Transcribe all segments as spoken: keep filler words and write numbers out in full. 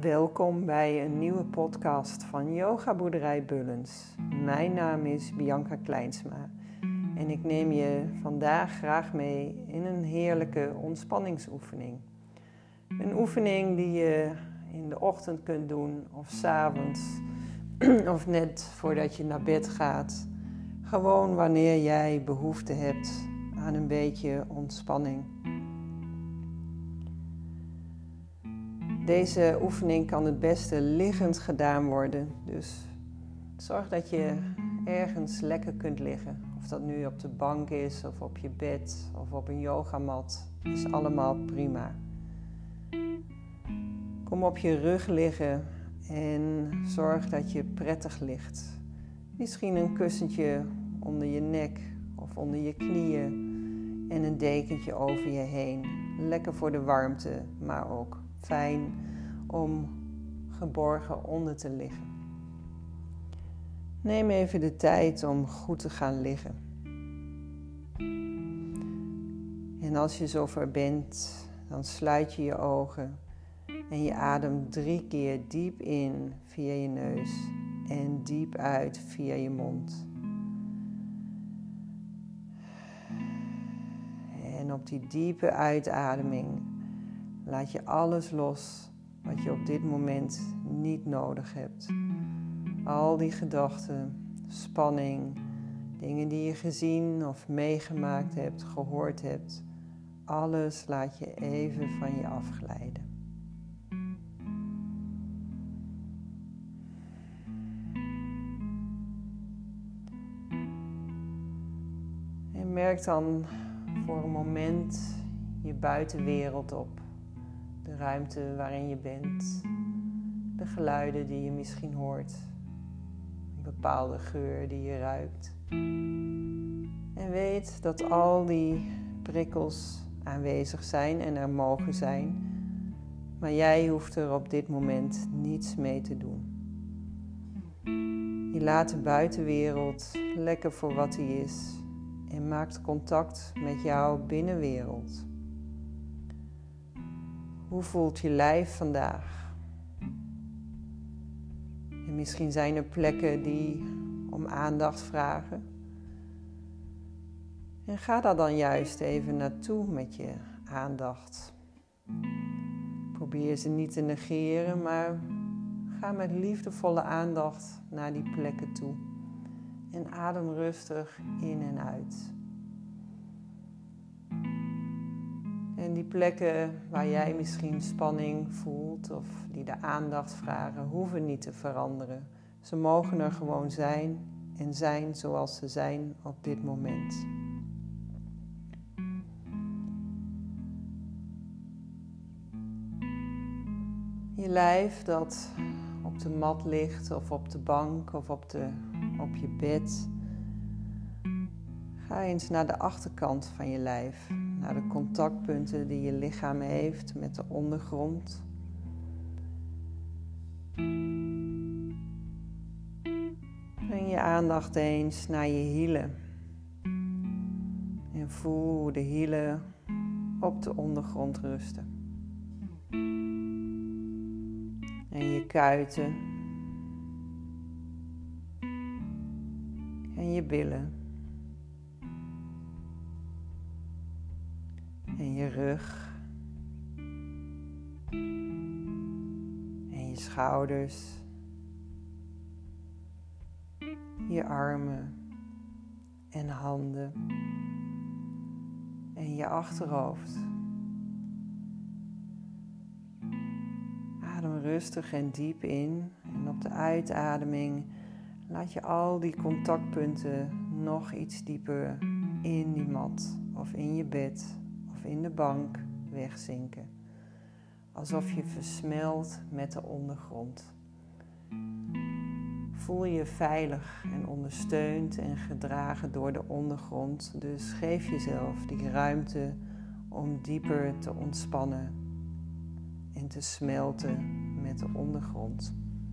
Welkom bij een nieuwe podcast van Yoga Boerderij Bullens. Mijn naam is Bianca Kleinsma en ik neem je vandaag graag mee in een heerlijke ontspanningsoefening. Een oefening die je in de ochtend kunt doen of 's avonds of net voordat je naar bed gaat. Gewoon wanneer jij behoefte hebt aan een beetje ontspanning. Deze oefening kan het beste liggend gedaan worden, dus zorg dat je ergens lekker kunt liggen. Of dat nu op de bank is, of op je bed, of op een yogamat, is allemaal prima. Kom op je rug liggen en zorg dat je prettig ligt. Misschien een kussentje onder je nek of onder je knieën en een dekentje over je heen. Lekker voor de warmte, maar ook fijn om geborgen onder te liggen. Neem even de tijd om goed te gaan liggen. En als je zover bent, dan sluit je je ogen en je ademt drie keer diep in via je neus en diep uit via je mond. En op die diepe uitademing laat je alles los wat je op dit moment niet nodig hebt. Al die gedachten, spanning, dingen die je gezien of meegemaakt hebt, gehoord hebt. Alles laat je even van je afglijden. En merk dan voor een moment je buitenwereld op. De ruimte waarin je bent, de geluiden die je misschien hoort, een bepaalde geur die je ruikt. En weet dat al die prikkels aanwezig zijn en er mogen zijn, maar jij hoeft er op dit moment niets mee te doen. Je laat de buitenwereld lekker voor wat die is en maakt contact met jouw binnenwereld. Hoe voelt je lijf vandaag? En misschien zijn er plekken die om aandacht vragen. En ga daar dan juist even naartoe met je aandacht. Probeer ze niet te negeren, maar ga met liefdevolle aandacht naar die plekken toe. En adem rustig in en uit. En die plekken waar jij misschien spanning voelt of die de aandacht vragen, hoeven niet te veranderen. Ze mogen er gewoon zijn en zijn zoals ze zijn op dit moment. Je lijf dat op de mat ligt of op de bank of op, de, op je bed. Ga eens naar de achterkant van je lijf. Naar de contactpunten die je lichaam heeft met de ondergrond. Breng je aandacht eens naar je hielen. En voel hoe de hielen op de ondergrond rusten. En je kuiten. En je billen. En je rug. En je schouders. Je armen. En handen. En je achterhoofd. Adem rustig en diep in. En op de uitademing laat je al die contactpunten nog iets dieper in die mat of in je bed of in de bank wegzinken. Alsof je versmelt met de ondergrond. Voel je veilig en ondersteund en gedragen door de ondergrond. Dus geef jezelf die ruimte om dieper te ontspannen en te smelten met de ondergrond.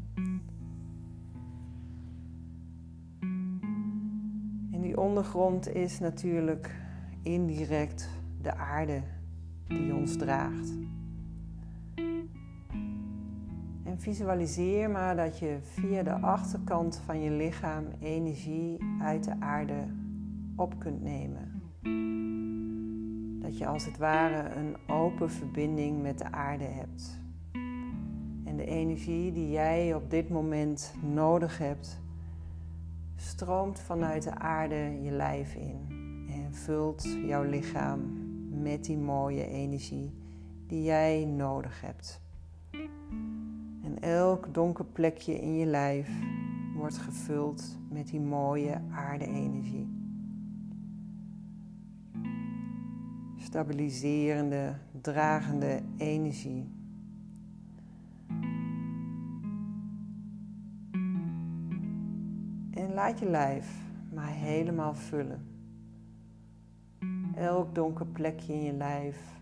En die ondergrond is natuurlijk indirect de aarde die ons draagt. visualiseer maar dat je via de achterkant van je lichaam energie uit de aarde op kunt nemen. Dat je als het ware een open verbinding met de aarde hebt. En de energie die jij op dit moment nodig hebt, stroomt vanuit de aarde je lijf in. En vult jouw lichaam met die mooie energie die jij nodig hebt. En elk donker plekje in je lijf wordt gevuld met die mooie aarde-energie. Stabiliserende, dragende energie. En laat je lijf maar helemaal vullen. Elk donker plekje in je lijf,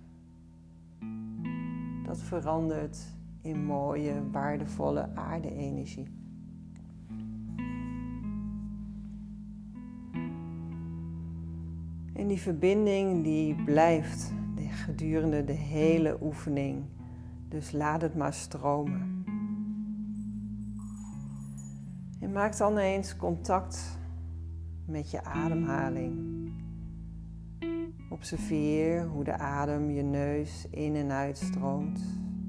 dat verandert in mooie, waardevolle aarde-energie. En die verbinding die blijft gedurende de hele oefening. Dus laat het maar stromen. En maak dan eens contact met je ademhaling. Observeer hoe de adem je neus in en uit stroomt.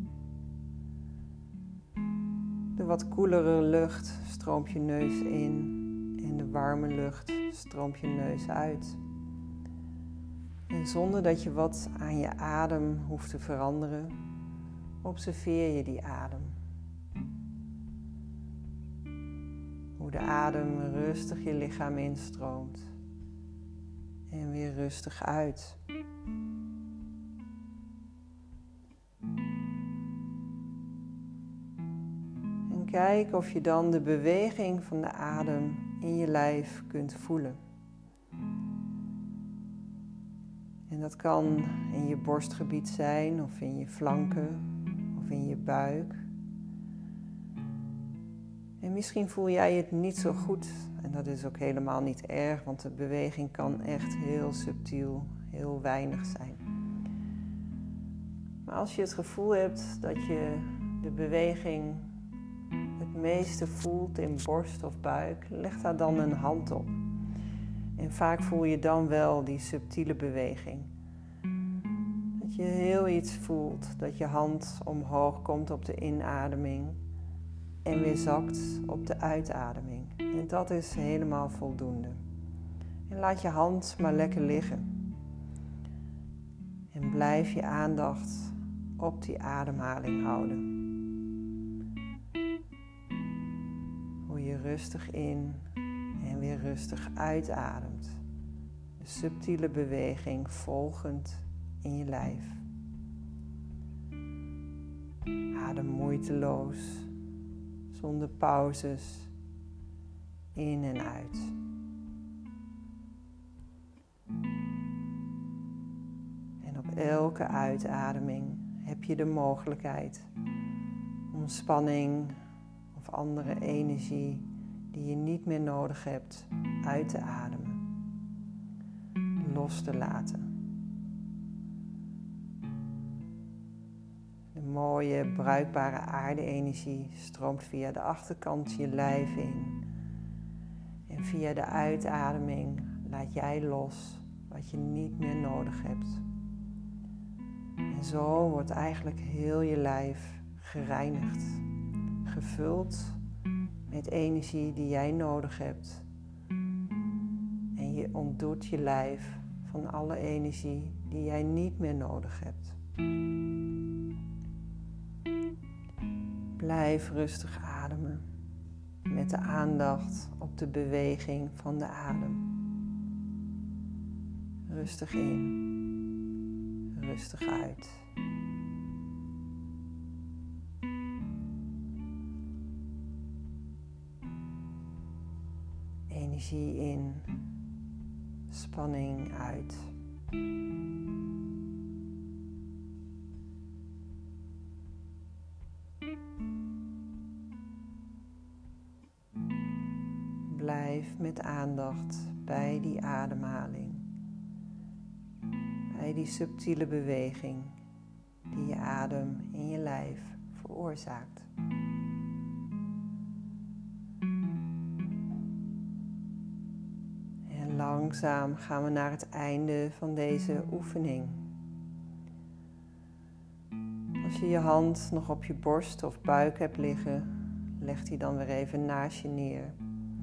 De wat koelere lucht stroomt je neus in en de warme lucht stroomt je neus uit. En zonder dat je wat aan je adem hoeft te veranderen, observeer je die adem. Hoe de adem rustig je lichaam instroomt en weer rustig uit. En kijk of je dan de beweging van de adem in je lijf kunt voelen. En dat kan in je borstgebied zijn, of in je flanken, of in je buik. En misschien voel jij het niet zo goed. En dat is ook helemaal niet erg, want de beweging kan echt heel subtiel, heel weinig zijn. Maar als je het gevoel hebt dat je de beweging het meeste voelt in borst of buik, leg daar dan een hand op. En vaak voel je dan wel die subtiele beweging. Dat je heel iets voelt, dat je hand omhoog komt op de inademing en weer zakt op de uitademing. En dat is helemaal voldoende. En laat je hand maar lekker liggen. En blijf je aandacht op die ademhaling houden. Hoe je rustig in en weer rustig uitademt. De subtiele beweging volgend in je lijf. Adem moeiteloos, zonder pauzes, in en uit. En op elke uitademing heb je de mogelijkheid om spanning of andere energie die je niet meer nodig hebt uit te ademen, los te laten. De mooie, bruikbare aarde-energie stroomt via de achterkant je lijf in. En via de uitademing laat jij los wat je niet meer nodig hebt. En zo wordt eigenlijk heel je lijf gereinigd, gevuld met energie die jij nodig hebt. En je ontdoet je lijf van alle energie die jij niet meer nodig hebt. Blijf rustig ademen met de aandacht op de beweging van de adem. Rustig in, rustig uit. Energie in, spanning uit. Blijf met aandacht bij die ademhaling, bij die subtiele beweging die je adem in je lijf veroorzaakt. Langzaam gaan we naar het einde van deze oefening. Als je je hand nog op je borst of buik hebt liggen, leg die dan weer even naast je neer.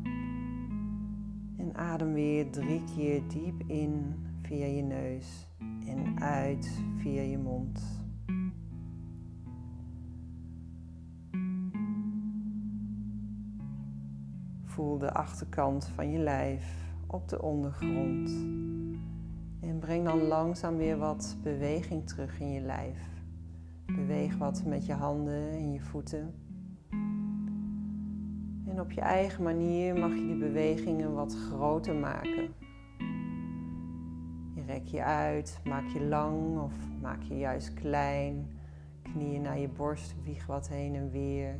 En adem weer drie keer diep in via je neus en uit via je mond. Voel de achterkant van je lijf op de ondergrond. En breng dan langzaam weer wat beweging terug in je lijf. Beweeg wat met je handen en je voeten. En op je eigen manier mag je die bewegingen wat groter maken. Je rek je uit, maak je lang of maak je juist klein. Knieën naar je borst, wieg wat heen en weer.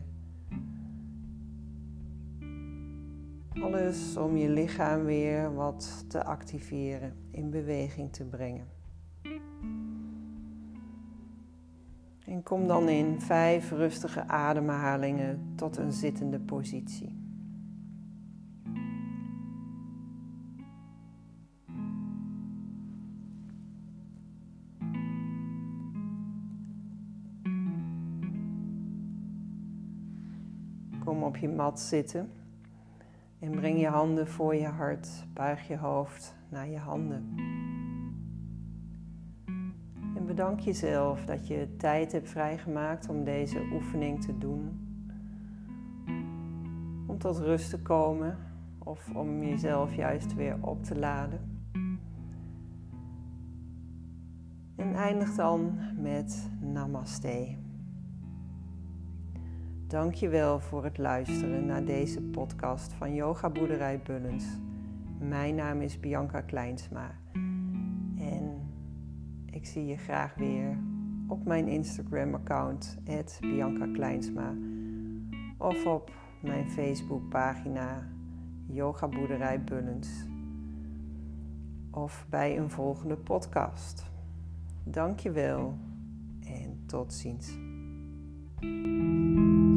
Alles om je lichaam weer wat te activeren, in beweging te brengen. En kom dan in vijf rustige ademhalingen tot een zittende positie. Kom op je mat zitten. En breng je handen voor je hart, buig je hoofd naar je handen. En bedank jezelf dat je tijd hebt vrijgemaakt om deze oefening te doen. Om tot rust te komen of om jezelf juist weer op te laden. En eindig dan met Namaste. Dank je wel voor het luisteren naar deze podcast van Yoga Boerderij Bullens. Mijn naam is Bianca Kleinsma. En ik zie je graag weer op mijn Instagram-account at Bianca Kleinsma. Of op mijn Facebookpagina Yoga Boerderij Bullens. Of bij een volgende podcast. Dank je wel en tot ziens.